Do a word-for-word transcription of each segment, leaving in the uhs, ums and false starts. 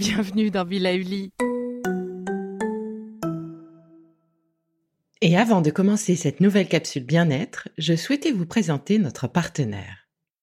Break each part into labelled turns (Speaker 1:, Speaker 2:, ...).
Speaker 1: bienvenue dans Villa Uli.
Speaker 2: Et avant de commencer cette nouvelle capsule bien-être, je souhaitais vous présenter notre partenaire.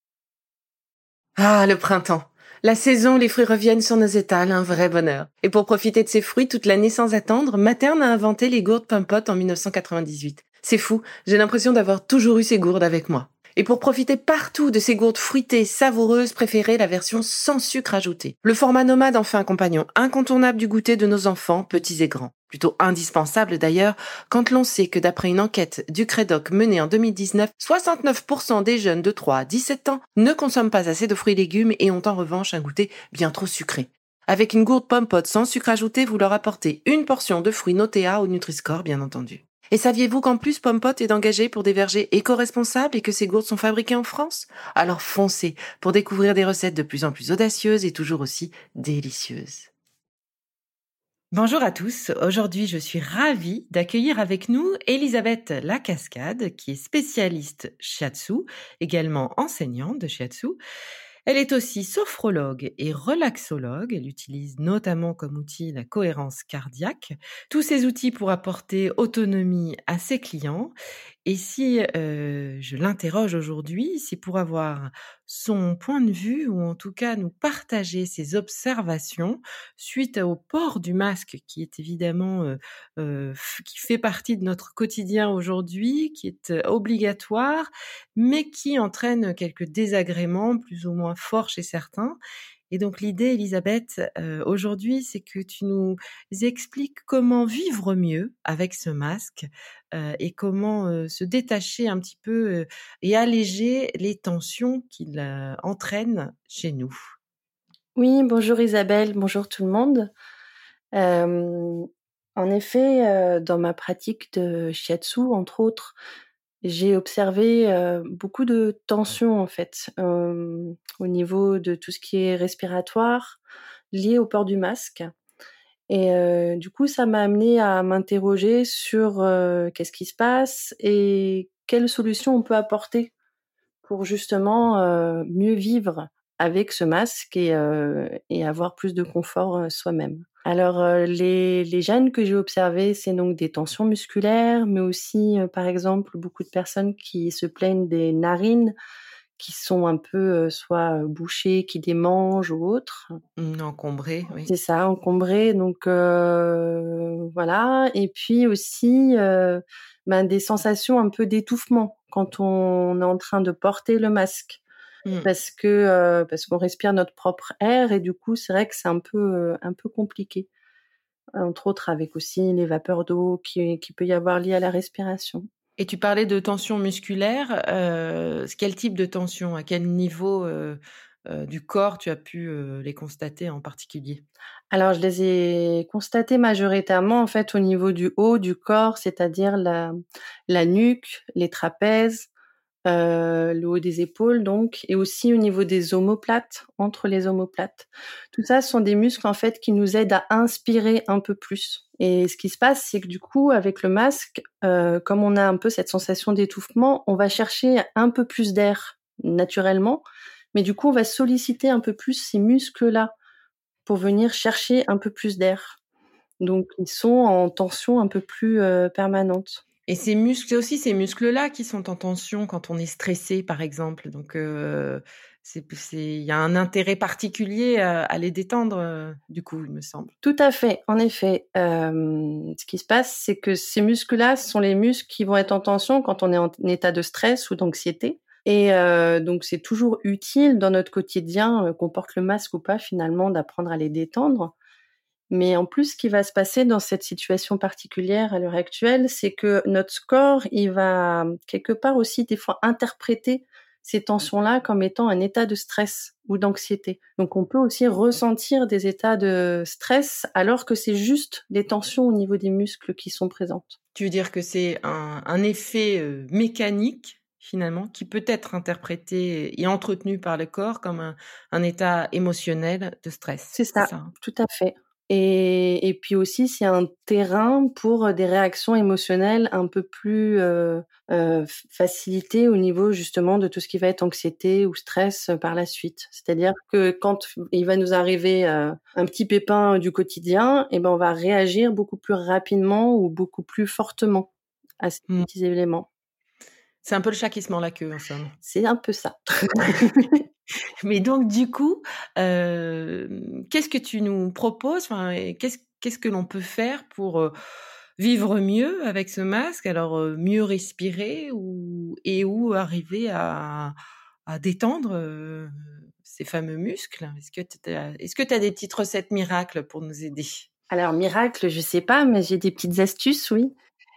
Speaker 3: Ah, le printemps. La saison où les fruits reviennent sur nos étals, un vrai bonheur. Et pour profiter de ces fruits toute l'année sans attendre, Materne a inventé les gourdes Pumpote en dix-neuf cent quatre-vingt-dix-huit. C'est fou, j'ai l'impression d'avoir toujours eu ces gourdes avec moi. Et pour profiter partout de ces gourdes fruitées, savoureuses, préférez la version sans sucre ajouté. Le format nomade en fait un compagnon incontournable du goûter de nos enfants, petits et grands. Plutôt indispensable d'ailleurs, quand l'on sait que d'après une enquête du Crédoc menée en deux mille dix-neuf, soixante-neuf pour cent des jeunes de trois à dix-sept ans ne consomment pas assez de fruits et légumes et ont en revanche un goûter bien trop sucré. Avec une gourde Pumpote sans sucre ajouté, vous leur apportez une portion de fruits notés A au Nutri-Score, bien entendu. Et saviez-vous qu'en plus Pumpote est engagé pour des vergers éco-responsables et que ces gourdes sont fabriquées en France ? Alors foncez pour découvrir des recettes de plus en plus audacieuses et toujours aussi délicieuses.
Speaker 2: Bonjour à tous, aujourd'hui je suis ravie d'accueillir avec nous Elisabeth Lacascade qui est spécialiste shiatsu, également enseignante de shiatsu. Elle est aussi sophrologue et relaxologue, elle utilise notamment comme outil la cohérence cardiaque, tous ces outils pour apporter autonomie à ses clients. Et si euh, je l'interroge aujourd'hui, c'est pour avoir son point de vue ou en tout cas nous partager ses observations suite au port du masque qui est évidemment euh, euh, f- qui fait partie de notre quotidien aujourd'hui, qui est euh, obligatoire, mais qui entraîne quelques désagréments plus ou moins forts chez certains. Et donc l'idée, Elisabeth, euh, aujourd'hui, c'est que tu nous expliques comment vivre mieux avec ce masque euh, et comment euh, se détacher un petit peu euh, et alléger les tensions qu'il euh, entraîne chez nous.
Speaker 4: Oui, bonjour Isabelle, bonjour tout le monde. Euh, en effet, euh, dans ma pratique de shiatsu, entre autres, j'ai observé euh, beaucoup de tensions en fait euh, au niveau de tout ce qui est respiratoire lié au port du masque. Et euh, du coup, ça m'a amené à m'interroger sur euh, qu'est-ce qui se passe et quelles solutions on peut apporter pour justement euh, mieux vivre avec ce masque et, euh, et avoir plus de confort euh, soi-même. Alors euh, les, les gènes que j'ai observés, c'est donc des tensions musculaires, mais aussi euh, par exemple beaucoup de personnes qui se plaignent des narines qui sont un peu euh, soit bouchées, qui démangent ou autres.
Speaker 2: Mmh, encombré, oui.
Speaker 4: C'est ça, encombré. Donc euh, voilà. Et puis aussi euh, ben, des sensations un peu d'étouffement quand on est en train de porter le masque,
Speaker 2: Mmh.
Speaker 4: parce que euh, parce qu'on respire notre propre air et du coup c'est vrai que c'est un peu euh, un peu compliqué. Entre autres avec aussi les vapeurs d'eau qui qui peut y avoir liées à la respiration.
Speaker 2: Et tu parlais de tension musculaire. Euh, quel type de tension? À quel niveau euh, euh, du corps tu as pu euh, les constater en particulier?
Speaker 4: Alors, je les ai constatés majoritairement en fait au niveau du haut du corps, c'est-à-dire la la nuque, les trapèzes, euh, le haut des épaules donc, et aussi au niveau des omoplates, entre les omoplates. Tout ça ce sont des muscles en fait qui nous aident à inspirer un peu plus. Et ce qui se passe, c'est que du coup, avec le masque, euh, comme on a un peu cette sensation d'étouffement, on va chercher un peu plus d'air naturellement, mais du coup, on va solliciter un peu plus ces muscles-là pour venir chercher un peu plus d'air. Donc, ils sont en tension un peu plus euh, permanente.
Speaker 2: Et ces muscles, c'est aussi ces muscles-là qui sont en tension quand on est stressé, par exemple. Donc, euh, c'est, c'est, il y a un intérêt particulier à, à les détendre, euh, du coup, il me semble.
Speaker 4: Tout à fait. En effet, euh, ce qui se passe, c'est que ces muscles-là sont les muscles qui vont être en tension quand on est en état de stress ou d'anxiété. Et euh, donc, c'est toujours utile dans notre quotidien, euh, qu'on porte le masque ou pas, finalement, d'apprendre à les détendre. Mais en plus, ce qui va se passer dans cette situation particulière à l'heure actuelle, c'est que notre corps, il va quelque part aussi des fois interpréter ces tensions-là comme étant un état de stress ou d'anxiété. Donc on peut aussi ressentir des états de stress alors que c'est juste des tensions au niveau des muscles qui sont présentes.
Speaker 2: Tu veux dire que c'est un, un effet euh, mécanique, finalement, qui peut être interprété et entretenu par le corps comme un, un état émotionnel de stress.
Speaker 4: C'est ça,
Speaker 2: C'est ça, hein.
Speaker 4: tout à fait. Et, et puis aussi, c'est un terrain pour des réactions émotionnelles un peu plus euh, euh, facilitées au niveau justement de tout ce qui va être anxiété ou stress euh, par la suite. C'est-à-dire que quand il va nous arriver euh, un petit pépin du quotidien, eh ben on va réagir beaucoup plus rapidement ou beaucoup plus fortement à ces
Speaker 2: Mmh.
Speaker 4: petits éléments.
Speaker 2: C'est un peu le chat qui se mord la queue, en somme.
Speaker 4: C'est un peu ça.
Speaker 2: Mais donc, du coup, euh, qu'est-ce que tu nous proposes, enfin, et qu'est-ce, qu'est-ce que l'on peut faire pour euh, vivre mieux avec ce masque? Alors, euh, mieux respirer ou, et ou arriver à, à détendre euh, ces fameux muscles? Est-ce que tu as, est-ce que tu as des petites recettes miracles pour nous aider?
Speaker 4: Alors, miracle, je sais pas, mais j'ai des petites astuces, oui.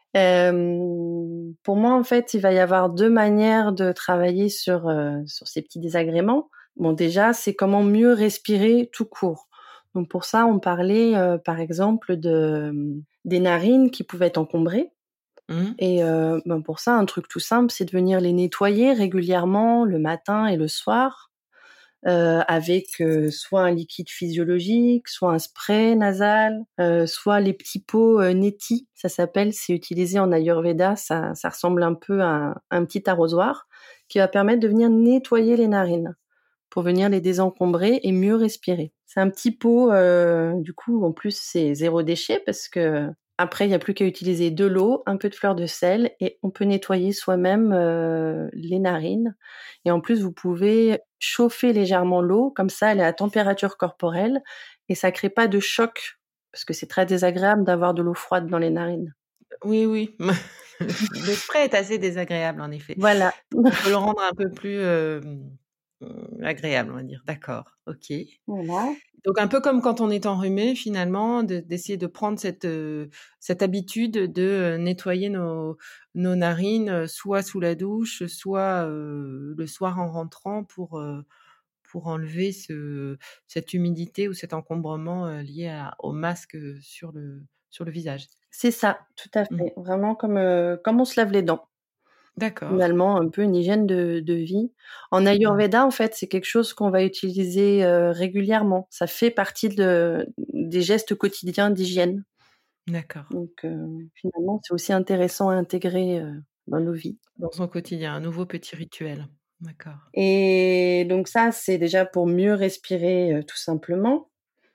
Speaker 4: Euh, pour moi, en fait, il va y avoir deux manières de travailler sur, euh, sur ces petits désagréments. Bon, déjà, c'est comment mieux respirer tout court. Donc, pour ça, on parlait, euh, par exemple, de, des narines qui pouvaient être encombrées.
Speaker 2: Mmh.
Speaker 4: Et euh, ben pour ça, un truc tout simple, c'est de venir les nettoyer régulièrement le matin et le soir. Euh, avec euh, soit un liquide physiologique, soit un spray nasal, euh, soit les petits pots euh, neti, ça s'appelle, c'est utilisé en Ayurveda, ça, ça ressemble un peu à un, un petit arrosoir qui va permettre de venir nettoyer les narines pour venir les désencombrer et mieux respirer. C'est un petit pot, euh, du coup, en plus, c'est zéro déchet parce que après, il n'y a plus qu'à utiliser de l'eau, un peu de fleur de sel et on peut nettoyer soi-même euh, les narines. Et en plus, vous pouvez chauffer légèrement l'eau, comme ça, elle est à température corporelle et ça crée pas de choc parce que c'est très désagréable d'avoir de l'eau froide dans les narines.
Speaker 2: Oui, oui. Le spray est assez désagréable, en effet.
Speaker 4: Voilà.
Speaker 2: On peut le rendre un peu plus euh, agréable, on va dire. D'accord, ok.
Speaker 4: Voilà.
Speaker 2: Donc, un peu comme quand on est enrhumé, finalement, de, d'essayer de prendre cette, euh, cette habitude de euh, nettoyer nos, nos narines, euh, soit sous la douche, soit euh, le soir en rentrant pour, euh, pour enlever ce, cette humidité ou cet encombrement euh, lié à, au masque sur le, sur le visage.
Speaker 4: C'est ça, tout à
Speaker 2: Mmh.
Speaker 4: fait. Vraiment comme, euh, comme on se lave les dents.
Speaker 2: D'accord.
Speaker 4: Finalement, un peu une hygiène de, de vie. En
Speaker 2: Mmh.
Speaker 4: Ayurveda, en fait, c'est quelque chose qu'on va utiliser euh, régulièrement. Ça fait partie de, des gestes quotidiens d'hygiène.
Speaker 2: D'accord.
Speaker 4: Donc, euh, finalement, c'est aussi intéressant à intégrer euh, dans nos vies.
Speaker 2: Dans son quotidien, un nouveau petit rituel. D'accord.
Speaker 4: Et donc ça, c'est déjà pour mieux respirer euh, tout simplement.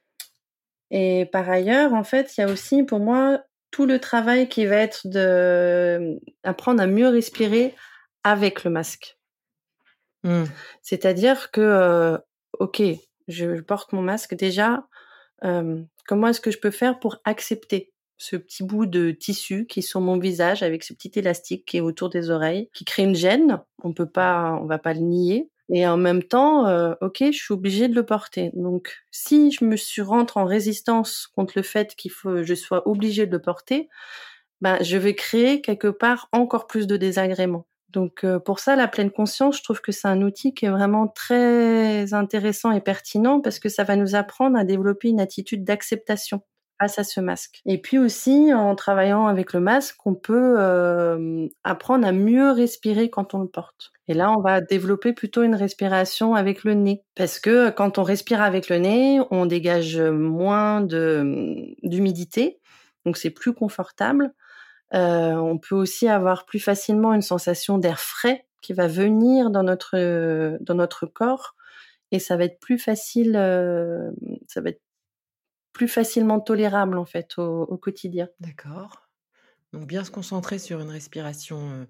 Speaker 4: Et par ailleurs, en fait, il y a aussi pour moi tout le travail qui va être de apprendre à mieux respirer avec le masque.
Speaker 2: Mmh.
Speaker 4: C'est-à-dire que, euh, ok, je porte mon masque déjà. Euh, comment est-ce que je peux faire pour accepter ce petit bout de tissu qui est sur mon visage avec ce petit élastique qui est autour des oreilles, qui crée une gêne. On peut pas, on va pas le nier. Et en même temps, euh, ok, je suis obligée de le porter. Donc, si je me suis rentre en résistance contre le fait qu'il faut, je sois obligée de le porter, ben, je vais créer quelque part encore plus de désagréments. Donc, euh, pour ça, la pleine conscience, je trouve que c'est un outil qui est vraiment très intéressant et pertinent parce que ça va nous apprendre à développer une attitude d'acceptation face à ce masque. Et puis aussi, en travaillant avec le masque, on peut euh, apprendre à mieux respirer quand on le porte. Et là, on va développer plutôt une respiration avec le nez. Parce que quand on respire avec le nez, on dégage moins de, d'humidité. Donc, c'est plus confortable. Euh, on peut aussi avoir plus facilement une sensation d'air frais qui va venir dans notre, euh, dans notre corps. Et ça va être plus facile, euh, ça va être plus facilement tolérable en fait au, au quotidien.
Speaker 2: D'accord. Donc bien se concentrer sur une respiration euh,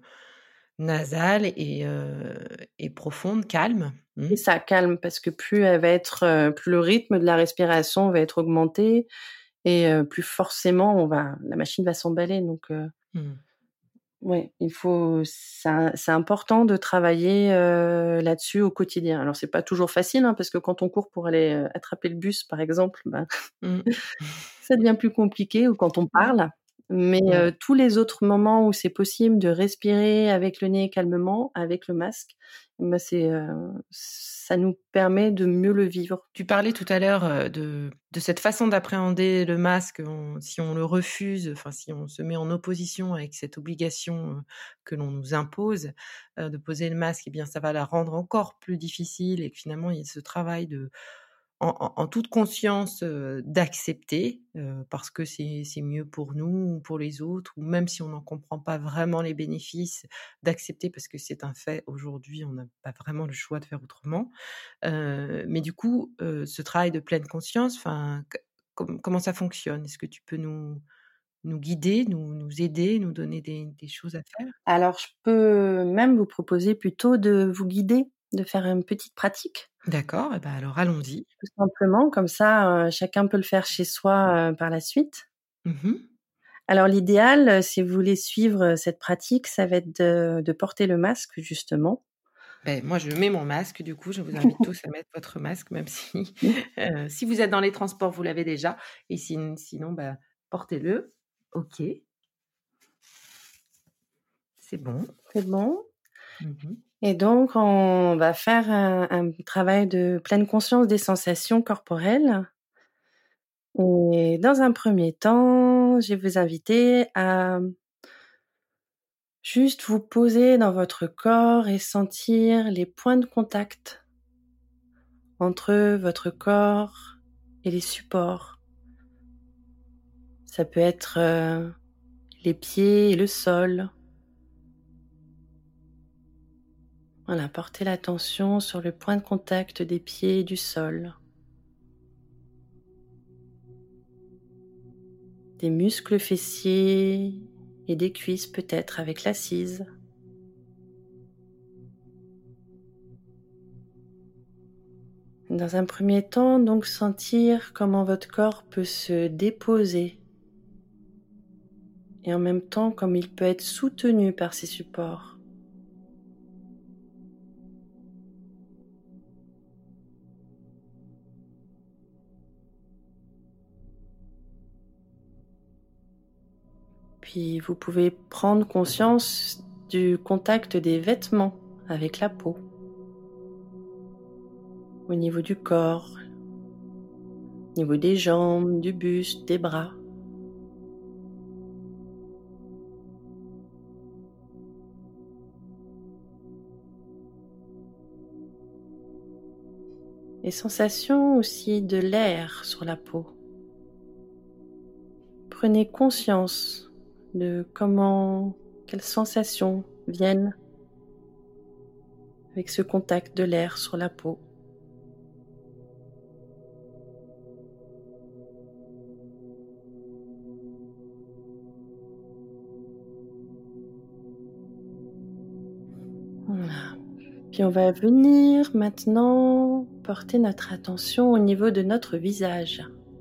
Speaker 2: nasale et, euh, et profonde, calme. Mmh.
Speaker 4: Et ça calme parce que plus elle va être, euh, plus le rythme de la respiration va être augmenté et euh, plus forcément on va, la machine va s'emballer. Donc euh,
Speaker 2: Mmh.
Speaker 4: ouais, il faut, c'est, c'est important de travailler euh, là-dessus au quotidien. Alors c'est pas toujours facile hein, parce que quand on court pour aller euh, attraper le bus par exemple, ben,
Speaker 2: Mmh.
Speaker 4: ça devient plus compliqué ou quand on parle. Mais
Speaker 2: Ouais.
Speaker 4: euh, tous les autres moments où c'est possible de respirer avec le nez calmement, avec le masque, ben c'est, euh, ça nous permet de mieux le vivre.
Speaker 2: Tu parlais tout à l'heure euh, de, de cette façon d'appréhender le masque, on- si on le refuse, enfin si on se met en opposition avec cette obligation euh, que l'on nous impose euh, de poser le masque, eh bien ça va la rendre encore plus difficile et que finalement il y a ce travail de en en en toute conscience, heu, d'accepter, heu, parce que c'est c'est mieux pour nous ou pour les autres ou même si on n'en comprend pas vraiment les bénéfices, d'accepter parce que c'est un fait. Aujourd'hui, on n'a pas vraiment le choix de faire autrement. Heu, mais du coup, heu, ce travail de pleine conscience, enfin, c com comment ça fonctionne? Est-ce que tu peux nous nous guider, nous nous aider, nous donner des des choses à faire?
Speaker 4: Alors je peux même vous proposer plutôt de vous guider, de faire une petite pratique,
Speaker 2: D'accord et bah, alors allons-y.
Speaker 4: tout simplement, comme ça, heu, chacun peut le faire chez soi, heu, par la suite.
Speaker 2: Mmh mh.
Speaker 4: Alors l'idéal, heu, si vous voulez suivre, heu, cette pratique, ça va être de de porter le masque justement.
Speaker 2: Beh, moi, je mets mon masque, du coup, je vous invite tous à mettre votre masque, même si, heu, si vous êtes dans les transports, vous l'avez déjà et sin sinon, bah, portez-le. OK, c'est bon.
Speaker 4: C'est bon.
Speaker 2: Mmh mh.
Speaker 4: Et donc on va faire un un travail de pleine conscience des sensations corporelles et dans un premier temps, je vais vous inviter à juste vous poser dans votre corps et sentir les points de contact entre votre corps et les supports. Ça peut être, heu, les pieds et le sol. Voilà, portez l'attention sur le point de contact des pieds et du sol. Des muscles fessiers et des cuisses peut-être avec l'assise. Dans un premier temps, donc sentir comment votre corps peut se déposer et en même temps comme il peut être soutenu par ces supports. Puis vous pouvez prendre conscience du contact des vêtements avec la peau, au niveau du corps, au niveau des jambes, du buste, des bras. Les sensations aussi de l'air sur la peau. Prenez conscience de comment, quelles sensations viennent avec ce contact de l'air sur la peau. Voilà. Puis on va venir maintenant porter notre attention au niveau de notre visage.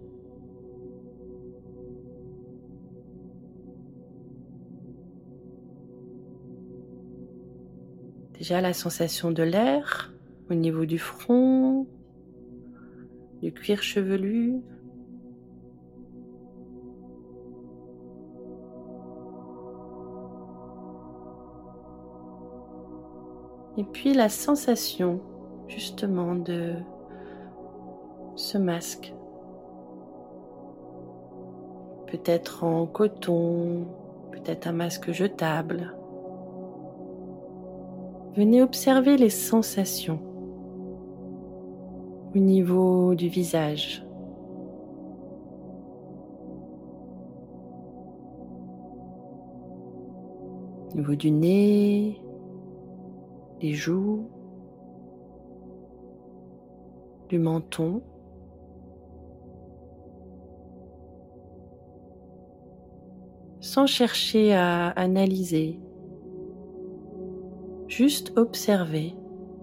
Speaker 4: Déjà la sensation de l'air au niveau du front, du cuir chevelu. Et puis la sensation justement de ce masque. Peut-être en coton, peut-être un masque jetable. Venez observer les sensations au niveau du visage. Au niveau du nez, des joues, du menton. Sans chercher à analyser, juste observer.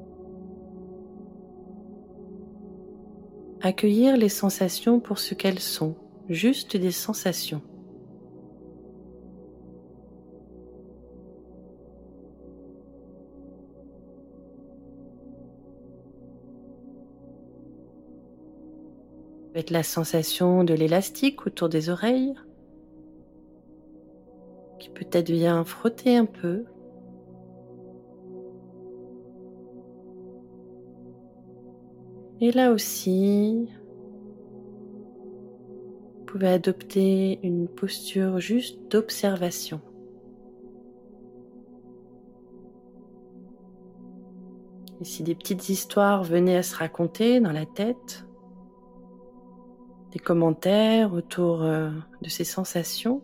Speaker 4: Accueillir les sensations pour ce qu'elles sont, juste des sensations. Avec la sensation de l'élastique autour des oreilles, qui peut-être vient frotter un peu. Et là aussi, vous pouvez adopter une posture juste d'observation. Et si des petites histoires venaient à se raconter dans la tête, des commentaires autour euh, de ces sensations,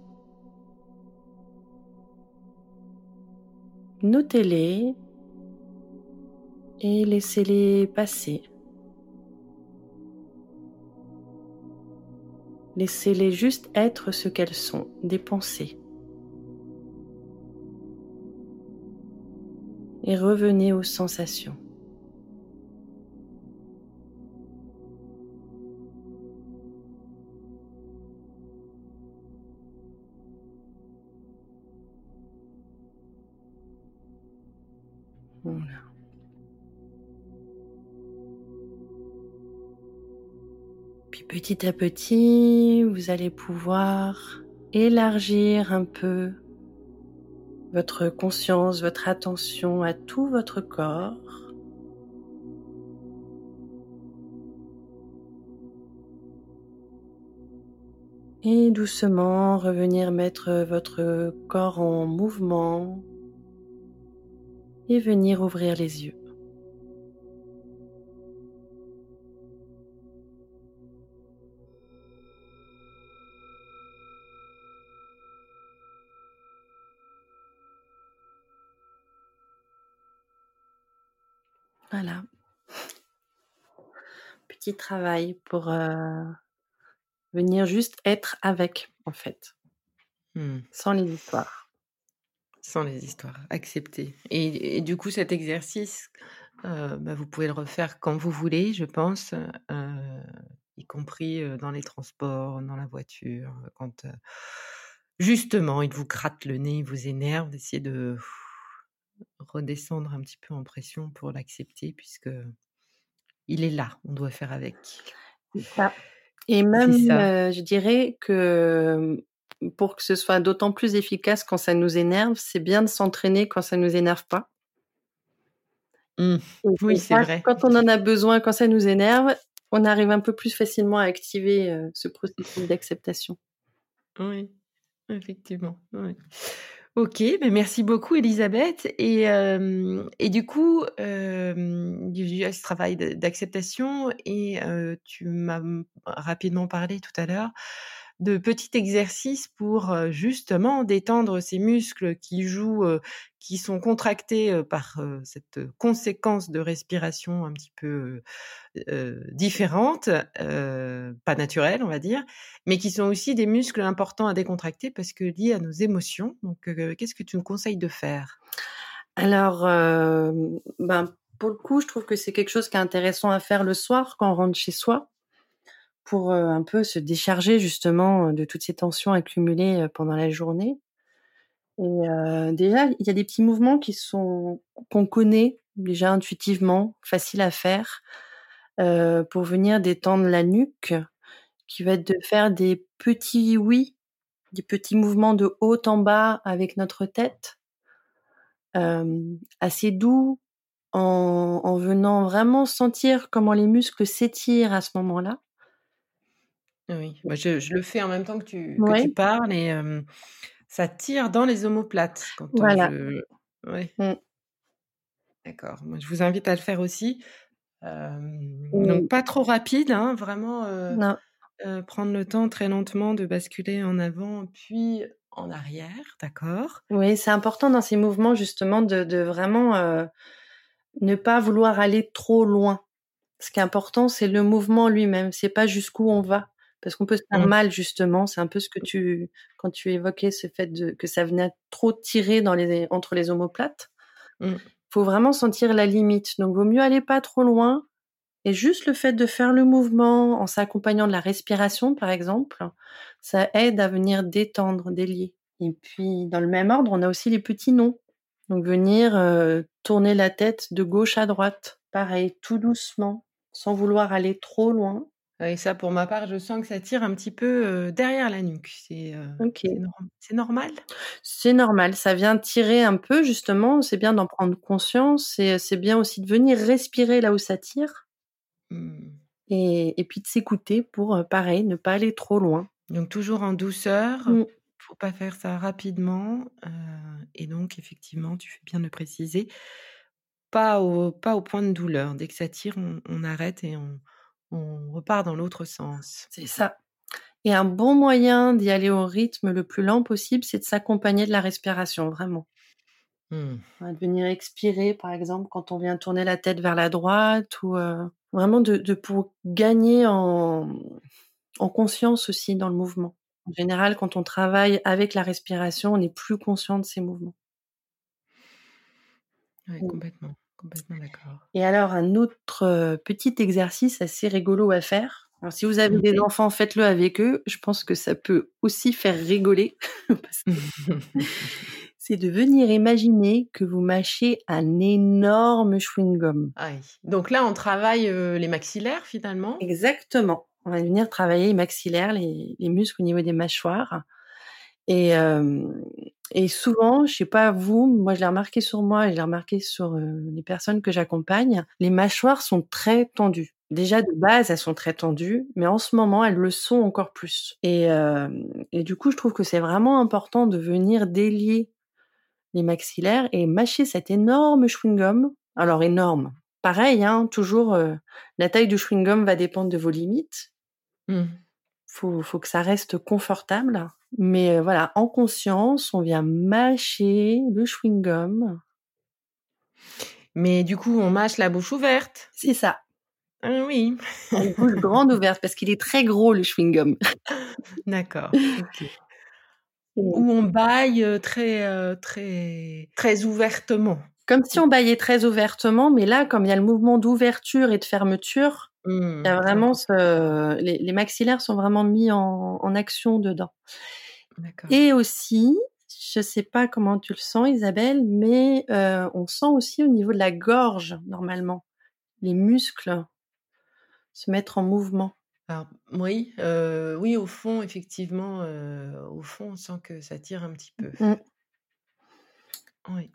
Speaker 4: notez-les et laissez-les passer. Laissez-les juste être ce qu'elles sont, des pensées. Et revenez aux sensations. Voilà. Puis petit à petit, vous allez pouvoir élargir un peu votre conscience, votre attention à tout votre corps. Et doucement revenir mettre votre corps en mouvement et venir ouvrir les yeux. Voilà. Petit travail pour euh, venir juste être avec, en fait,
Speaker 2: Mmh.
Speaker 4: sans les histoires.
Speaker 2: Sans les histoires, accepter. Et, et du coup, cet exercice, euh, bah, vous pouvez le refaire quand vous voulez, je pense, euh, y compris euh, dans les transports, dans la voiture, quand euh, justement il vous gratte le nez, il vous énerve, d'essayer de pff, redescendre un petit peu en pression pour l'accepter, puisque il est là, on doit faire avec.
Speaker 4: Ça. Et
Speaker 2: C'est
Speaker 4: même,
Speaker 2: ça.
Speaker 4: euh, je dirais que pour que ce soit d'autant plus efficace quand ça nous énerve, c'est bien de s'entraîner quand ça nous énerve pas.
Speaker 2: Mmh.
Speaker 4: Et
Speaker 2: Oui,
Speaker 4: comme
Speaker 2: c'est
Speaker 4: ça,
Speaker 2: vrai.
Speaker 4: quand on en a besoin, quand ça nous énerve, on arrive un peu plus facilement à activer euh, ce processus d'acceptation.
Speaker 2: Oui, effectivement. Oui. Ok, ben merci beaucoup Elisabeth. Et, euh, et du coup, euh, il y a ce travail de- d'acceptation et euh, tu m'as m- rapidement parlé tout à l'heure de petits exercices pour euh, justement détendre ces muscles qui jouent, euh, qui sont contractés euh, par euh, cette conséquence de respiration un petit peu euh, différentes, euh, pas naturelles, on va dire, mais qui sont aussi des muscles importants à décontracter parce que liés à nos émotions. Donc, euh, qu'est-ce que tu nous conseilles de faire?
Speaker 4: Alors, euh, ben, pour le coup, je trouve que c'est quelque chose qui est intéressant à faire le soir quand on rentre chez soi pour euh, un peu se décharger justement de toutes ces tensions accumulées euh, pendant la journée. Et euh, déjà, il y a des petits mouvements qui sont qu'on connaît déjà intuitivement, faciles à faire, euh, pour venir détendre la nuque, qui va être de faire des petits oui, des petits mouvements de haut en bas avec notre tête, euh, assez doux, en, en venant vraiment sentir comment les muscles s'étirent à ce moment-là.
Speaker 2: Oui, moi je, je le fais en même temps que tu, que tu
Speaker 4: Ouais,
Speaker 2: parles et euh, ça tire dans les omoplates quand euh,
Speaker 4: voilà.
Speaker 2: je... Oui,
Speaker 4: Mm.
Speaker 2: d'accord. Moi, je vous invite à le faire aussi. Euh, donc,
Speaker 4: Et-
Speaker 2: pas trop rapide, hein, vraiment euh,
Speaker 4: non.
Speaker 2: euh, prendre le temps très lentement de basculer en avant puis en arrière, d'accord?
Speaker 4: Oui, c'est important dans ces mouvements justement de, de vraiment euh, ne pas vouloir aller trop loin. Ce qui est important, c'est le mouvement lui-même, c'est pas jusqu'où on va, parce qu'on peut se faire
Speaker 2: Mm.
Speaker 4: mal justement. C'est un peu ce que tu, quand tu évoquais ce fait de que ça venait trop tirer dans les entre les omoplates.
Speaker 2: Mm.
Speaker 4: Faut vraiment sentir la limite. Donc, vaut mieux aller pas trop loin. Et juste le fait de faire le mouvement en s'accompagnant de la respiration, par exemple, ça aide à venir détendre, délier. Et puis, dans le même ordre, on a aussi les petits noms. Donc, venir euh, tourner la tête de gauche à droite. Pareil, tout doucement, sans vouloir aller trop loin.
Speaker 2: Et ça, pour ma part, je sens que ça tire un petit peu euh, derrière la nuque. C'est euh,
Speaker 4: Ok.
Speaker 2: c'est norm- c'est normal?
Speaker 4: C'est normal, ça vient tirer un peu, justement. C'est bien d'en prendre conscience. Et c'est bien aussi de venir respirer là où ça tire.
Speaker 2: Mm.
Speaker 4: Et, et puis de s'écouter pour, euh, pareil, ne pas aller trop loin.
Speaker 2: Donc, toujours en douceur,
Speaker 4: Mm.
Speaker 2: faut pas faire ça rapidement. euh, et donc, effectivement, tu fais bien de le préciser, pas au, pas au point de douleur. Dès que ça tire, on, on arrête et on, on repart dans l'autre sens.
Speaker 4: C'est ça. Et un bon moyen d'y aller au rythme le plus lent possible, c'est de s'accompagner de la respiration, vraiment.
Speaker 2: Mmh.
Speaker 4: Ouais, de venir expirer, par exemple, quand on vient tourner la tête vers la droite ou euh, vraiment de, de pour gagner en, en conscience aussi dans le mouvement. En général, quand on travaille avec la respiration, on est plus conscient de ses mouvements.
Speaker 2: Ouais,
Speaker 4: Mm.
Speaker 2: complètement, complètement d'accord.
Speaker 4: Et alors, un autre euh, petit exercice assez rigolo à faire. Alors, si vous avez
Speaker 2: Mmh.
Speaker 4: des enfants, faites-le avec eux. Je pense que ça peut aussi faire rigoler. Parce que c'est de venir imaginer que vous mâchez un énorme chewing-gum.
Speaker 2: Ah oui. Donc là, on travaille euh, les maxillaires finalement.
Speaker 4: Exactement. On va venir travailler les maxillaires, les, les muscles au niveau des mâchoires. Et, euh, et souvent, je sais pas vous, moi je l'ai remarqué sur moi et je l'ai remarqué sur euh, les personnes que j'accompagne, les mâchoires sont très tendues. Déjà de base, elles sont très tendues, mais en ce moment, elles le sont encore plus. Et, euh, et du coup, je trouve que c'est vraiment important de venir délier les maxillaires et mâcher cet énorme chewing-gum. Alors énorme. Pareil, hein, toujours euh, la taille du chewing-gum va dépendre de vos limites.
Speaker 2: Mmh.
Speaker 4: Faut, faut que ça reste confortable. Mais euh, voilà, en conscience, on vient mâcher le chewing-gum.
Speaker 2: Mais du coup, on mâche la bouche ouverte.
Speaker 4: C'est ça.
Speaker 2: Ah oui.
Speaker 4: Une bouche grande ouverte parce qu'il est très gros le chewing-gum.
Speaker 2: D'accord. Ok. Ou on bâille euh, très, euh, très, très ouvertement.
Speaker 4: Comme si on bâillait très ouvertement, mais là, comme il y a le mouvement d'ouverture et de fermeture,
Speaker 2: Mmh,
Speaker 4: il y a
Speaker 2: c'est
Speaker 4: vraiment
Speaker 2: important.
Speaker 4: ce, les, les maxillaires sont vraiment mis en, en action dedans.
Speaker 2: D'accord.
Speaker 4: Et aussi, je sais pas comment tu le sens, Isabelle, mais euh, on sent aussi au niveau de la gorge, normalement, les muscles se mettre en mouvement.
Speaker 2: Alors, oui, euh, oui, au fond, effectivement, euh, au fond, on sent que ça tire un petit peu.
Speaker 4: Mm.
Speaker 2: Oui.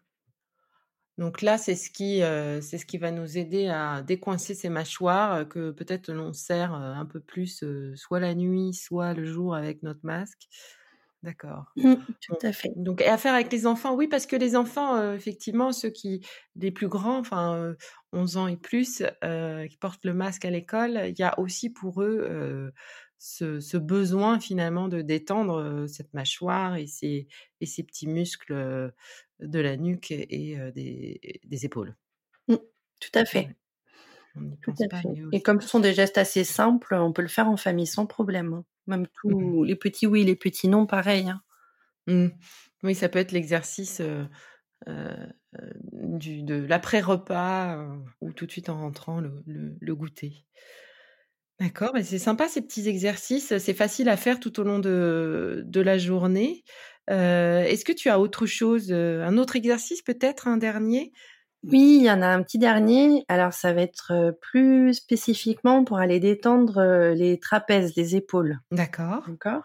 Speaker 2: Donc là, c'est ce qui, euh, c'est ce qui va nous aider à décoincer ces mâchoires euh, que peut-être l'on serre euh, un peu plus, euh, soit la nuit, soit le jour avec notre masque. D'accord.
Speaker 4: Mm,
Speaker 2: Bon,
Speaker 4: tout à fait.
Speaker 2: donc et à faire avec les enfants, oui, parce que les enfants, heu, effectivement, ceux qui les plus grands, enfin, heu, onze ans et plus, heu, qui portent le masque à l'école, il y a aussi pour eux, heu, ce ce besoin finalement de détendre, heu, cette mâchoire et ces et ces petits muscles, heu, de la nuque et heu, des des épaules.
Speaker 4: Mm, tout à fait.
Speaker 2: Ouais, on n'y
Speaker 4: Tout
Speaker 2: pense
Speaker 4: à
Speaker 2: pas,
Speaker 4: fait.
Speaker 2: mais eux
Speaker 4: Et
Speaker 2: aussi.
Speaker 4: comme ce sont des gestes assez simples, on peut le faire en famille sans problème. hein. Même
Speaker 2: Mmh.
Speaker 4: tous les petits oui, les petits non, pareil. hein.
Speaker 2: Mmh. Oui, ça peut être l'exercice, heu heu heu, du de l'après-repas, heu, ou tout de suite en rentrant le le le goûter. D'accord, bah, c'est sympa ces petits exercices, c'est facile à faire tout au long de de la journée. Heu, est-ce que tu as autre chose, heu, un autre exercice peut-être, un dernier?
Speaker 4: Oui, il y en a un petit dernier. Alors, ça va être euh, plus spécifiquement pour aller détendre euh, les trapèzes, les épaules.
Speaker 2: D'accord.
Speaker 4: D'accord?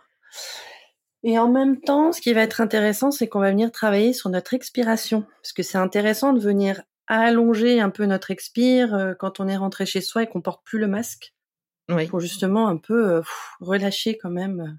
Speaker 4: Et en même temps, ce qui va être intéressant, c'est qu'on va venir travailler sur notre expiration. Parce que c'est intéressant de venir allonger un peu notre expire euh, quand on est rentré chez soi et qu'on porte plus le masque.
Speaker 2: Oui.
Speaker 4: Pour justement un peu euh, pff, relâcher quand même euh,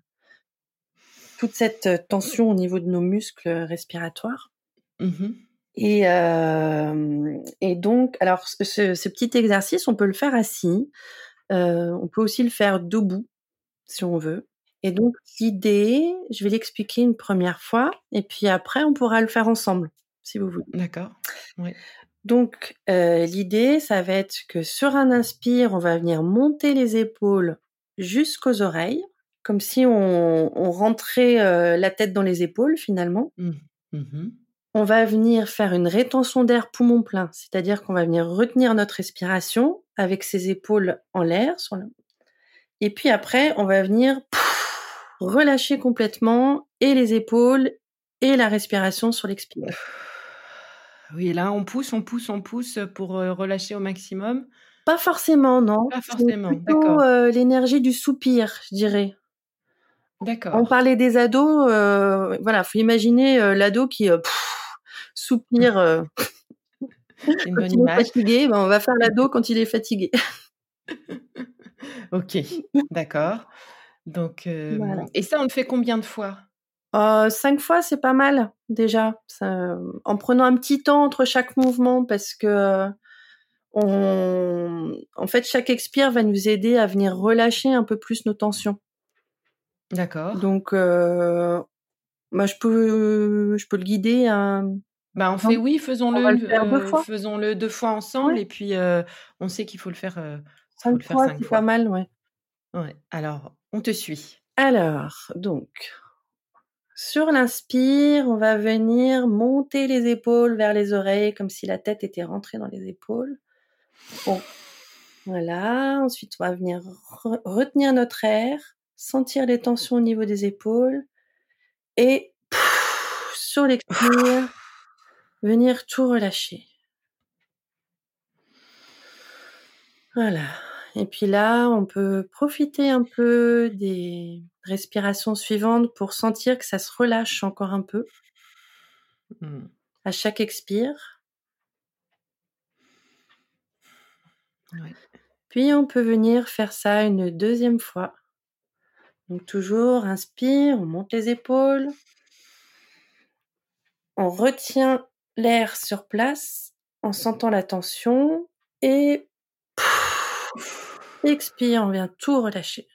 Speaker 4: toute cette euh, tension au niveau de nos muscles respiratoires.
Speaker 2: Mmh.
Speaker 4: Et, euh, et donc, alors, ce, ce petit exercice, on peut le faire assis. Euh, on peut aussi le faire debout, si on veut. Et donc, l'idée, je vais l'expliquer une première fois, et puis après, on pourra le faire ensemble, si vous voulez.
Speaker 2: D'accord. Oui.
Speaker 4: Donc, euh, l'idée, ça va être que sur un inspire, on va venir monter les épaules jusqu'aux oreilles, comme si on, on rentrait euh, la tête dans les épaules, finalement.
Speaker 2: Mmh. Mmh.
Speaker 4: On va venir faire une rétention d'air poumon plein, c'est-à-dire qu'on va venir retenir notre respiration avec ses épaules en l'air. Sur le... Et puis après, on va venir pff, relâcher complètement et les épaules et la respiration sur l'expire.
Speaker 2: Oui, là, on pousse, on pousse, on pousse, pour, heu, relâcher au maximum?
Speaker 4: Pas forcément, non.
Speaker 2: Pas
Speaker 4: C'est
Speaker 2: forcément,
Speaker 4: plutôt
Speaker 2: d'accord,
Speaker 4: euh, l'énergie du soupir, je dirais. On
Speaker 2: d'accord.
Speaker 4: parlait des ados, euh, voilà, faut imaginer euh, l'ado qui euh, pff, soupire euh,
Speaker 2: C'est une
Speaker 4: quand
Speaker 2: bonne
Speaker 4: il est
Speaker 2: image.
Speaker 4: fatigué. Ben, on va faire l'ado quand il est fatigué.
Speaker 2: OK, d'accord. Donc hem
Speaker 4: Voilà.
Speaker 2: et ça, on le fait combien de fois?
Speaker 4: Euh, cinq fois, c'est pas mal déjà. Ça, en prenant un petit temps entre chaque mouvement, parce que on, en fait, chaque expire va nous aider à venir relâcher un peu plus nos tensions.
Speaker 2: D'accord.
Speaker 4: Donc, euh, bah, je peux, je peux le guider. À...
Speaker 2: Bah, on fait oui, faisons-le,
Speaker 4: on va le faire deux
Speaker 2: euh,
Speaker 4: fois.
Speaker 2: faisons-le deux fois ensemble,
Speaker 4: Ouais.
Speaker 2: et puis euh, on sait qu'il faut le faire, euh,
Speaker 4: Cinq
Speaker 2: faut le faire
Speaker 4: fois,
Speaker 2: cinq
Speaker 4: c'est
Speaker 2: fois.
Speaker 4: pas mal, ouais.
Speaker 2: Ouais. Alors, on te suit.
Speaker 4: Alors, donc, sur l'inspire, on va venir monter les épaules vers les oreilles, comme si la tête était rentrée dans les épaules. Bon, voilà. Ensuite, on va venir re- retenir notre air, sentir les tensions au niveau des épaules, et pff, sur l'expire, venir tout relâcher. Voilà. Et puis là, on peut profiter un peu des respirations suivantes pour sentir que ça se relâche encore un peu
Speaker 2: Mm.
Speaker 4: à chaque expire.
Speaker 2: Ouais.
Speaker 4: Puis on peut venir faire ça une deuxième fois. Donc toujours, inspire, on monte les épaules. On retient l'air sur place en sentant la tension et expire, on vient tout relâcher.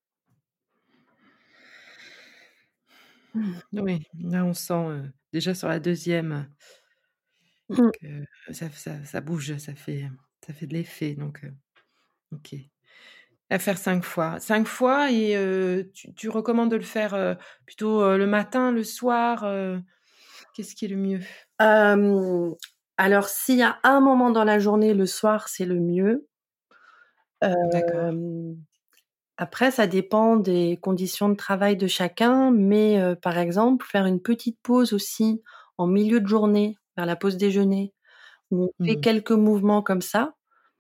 Speaker 2: Oui, là on sent euh, déjà sur la deuxième
Speaker 4: Mm.
Speaker 2: que ça, ça, ça bouge, ça fait, ça fait de l'effet. Donc, euh, ok. À faire cinq fois. Cinq fois, et euh, tu, tu recommandes de le faire euh, plutôt euh, le matin, le soir euh, qu'est-ce qui est le mieux?
Speaker 4: Euh, alors, s'il y a un moment dans la journée, le soir, c'est le mieux. Euh,
Speaker 2: D'accord.
Speaker 4: Après, ça dépend des conditions de travail de chacun, mais euh, par exemple, faire une petite pause aussi en milieu de journée, vers la pause déjeuner, où on fait
Speaker 2: Mm.
Speaker 4: quelques mouvements comme ça,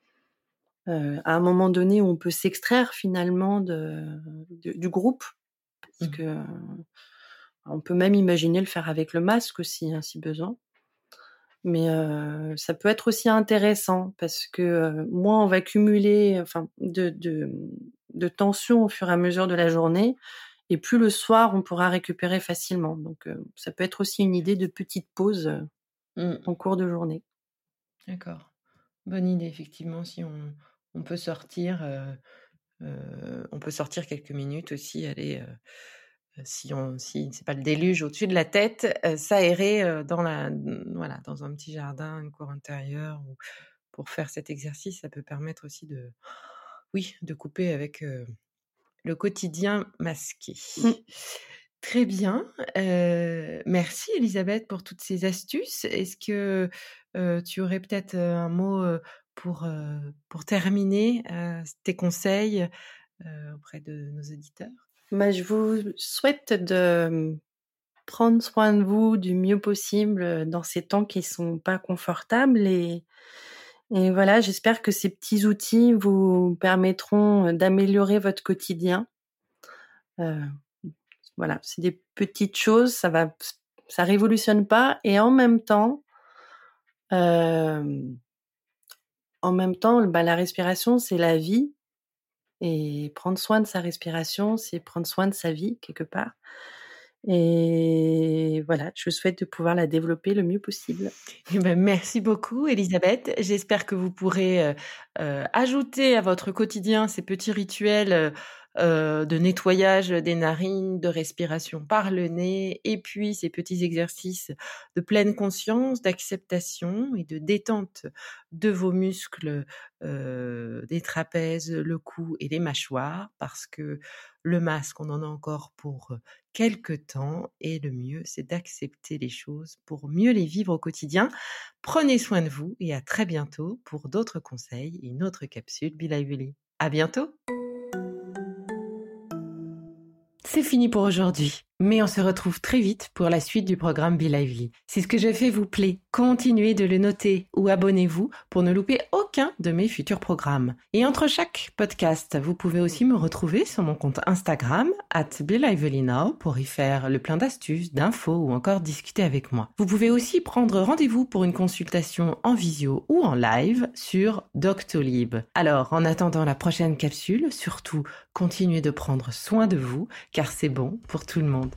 Speaker 4: euh, à un moment donné où on peut s'extraire finalement de, de- du groupe, parce
Speaker 2: Mm.
Speaker 4: que euh, on peut même imaginer le faire avec le masque aussi, hein, si besoin. Mais euh, ça peut être aussi intéressant parce que euh, moins on va cumuler, enfin, de, de, de tension au fur et à mesure de la journée, et plus le soir on pourra récupérer facilement. Donc euh, ça peut être aussi une idée de petite pause euh,
Speaker 2: Mm.
Speaker 4: en cours de journée.
Speaker 2: D'accord. Bonne idée, effectivement, si on, on peut sortir, euh, euh, on peut sortir quelques minutes aussi, aller, euh, si on, si c'est pas le déluge au-dessus de la tête, euh, s'aérer euh, dans la, voilà, dans un petit jardin, une cour intérieure, ou pour faire cet exercice, ça peut permettre aussi de, oui, de couper avec euh, le quotidien masqué.
Speaker 4: Mm.
Speaker 2: Très bien. Euh, merci Elisabeth pour toutes ces astuces. Est-ce que euh, tu aurais peut-être euh, un mot euh, pour, euh, pour terminer euh, tes conseils euh, auprès de nos auditeurs?
Speaker 4: Bah, je vous souhaite de prendre soin de vous du mieux possible dans ces temps qui sont pas confortables, et Et voilà, j'espère que ces petits outils vous permettront d'améliorer votre quotidien. Euh, voilà, c'est des petites choses, ça va, ça révolutionne pas, et en même temps, euh, en même temps, bah, la respiration, c'est la vie, et prendre soin de sa respiration, c'est prendre soin de sa vie quelque part. Et voilà, je vous souhaite de pouvoir la développer le mieux possible.
Speaker 2: Eh ben, merci beaucoup, Elisabeth. J'espère que vous pourrez euh, euh, ajouter à votre quotidien ces petits rituels euh, euh, de nettoyage des narines, de respiration par le nez, et puis ces petits exercices de pleine conscience, d'acceptation et de détente de vos muscles, euh, des trapèzes, le cou et les mâchoires, parce que le masque, on en a encore pour quelque temps, et le mieux, c'est d'accepter les choses pour mieux les vivre au quotidien. Prenez soin de vous, et à très bientôt pour d'autres conseils et une autre capsule Be Lively. À bientôt! C'est fini pour aujourd'hui, mais on se retrouve très vite pour la suite du programme Be Lively. Si ce que je fais vous plaît, continuez de le noter ou abonnez-vous pour ne louper aucun de mes futurs programmes. Et entre chaque podcast, vous pouvez aussi me retrouver sur mon compte Instagram arobase be lively now pour y faire le plein d'astuces, d'infos ou encore discuter avec moi. Vous pouvez aussi prendre rendez-vous pour une consultation en visio ou en live sur Doctolib. Alors, en attendant la prochaine capsule, surtout, continuez de prendre soin de vous, car c'est bon pour tout le monde.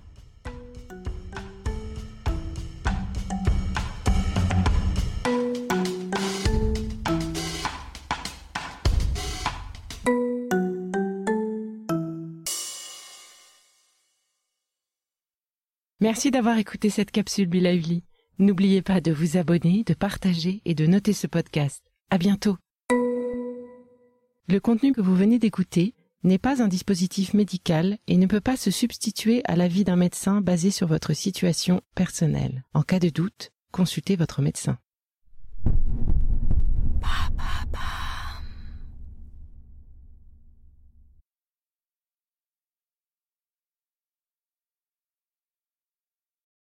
Speaker 2: Merci d'avoir écouté cette capsule Be Lively. N'oubliez pas de vous abonner, de partager et de noter ce podcast. À bientôt. Le contenu que vous venez d'écouter n'est pas un dispositif médical et ne peut pas se substituer à l'avis d'un médecin basé sur votre situation personnelle. En cas de doute, consultez votre médecin. Pa, pa, pa.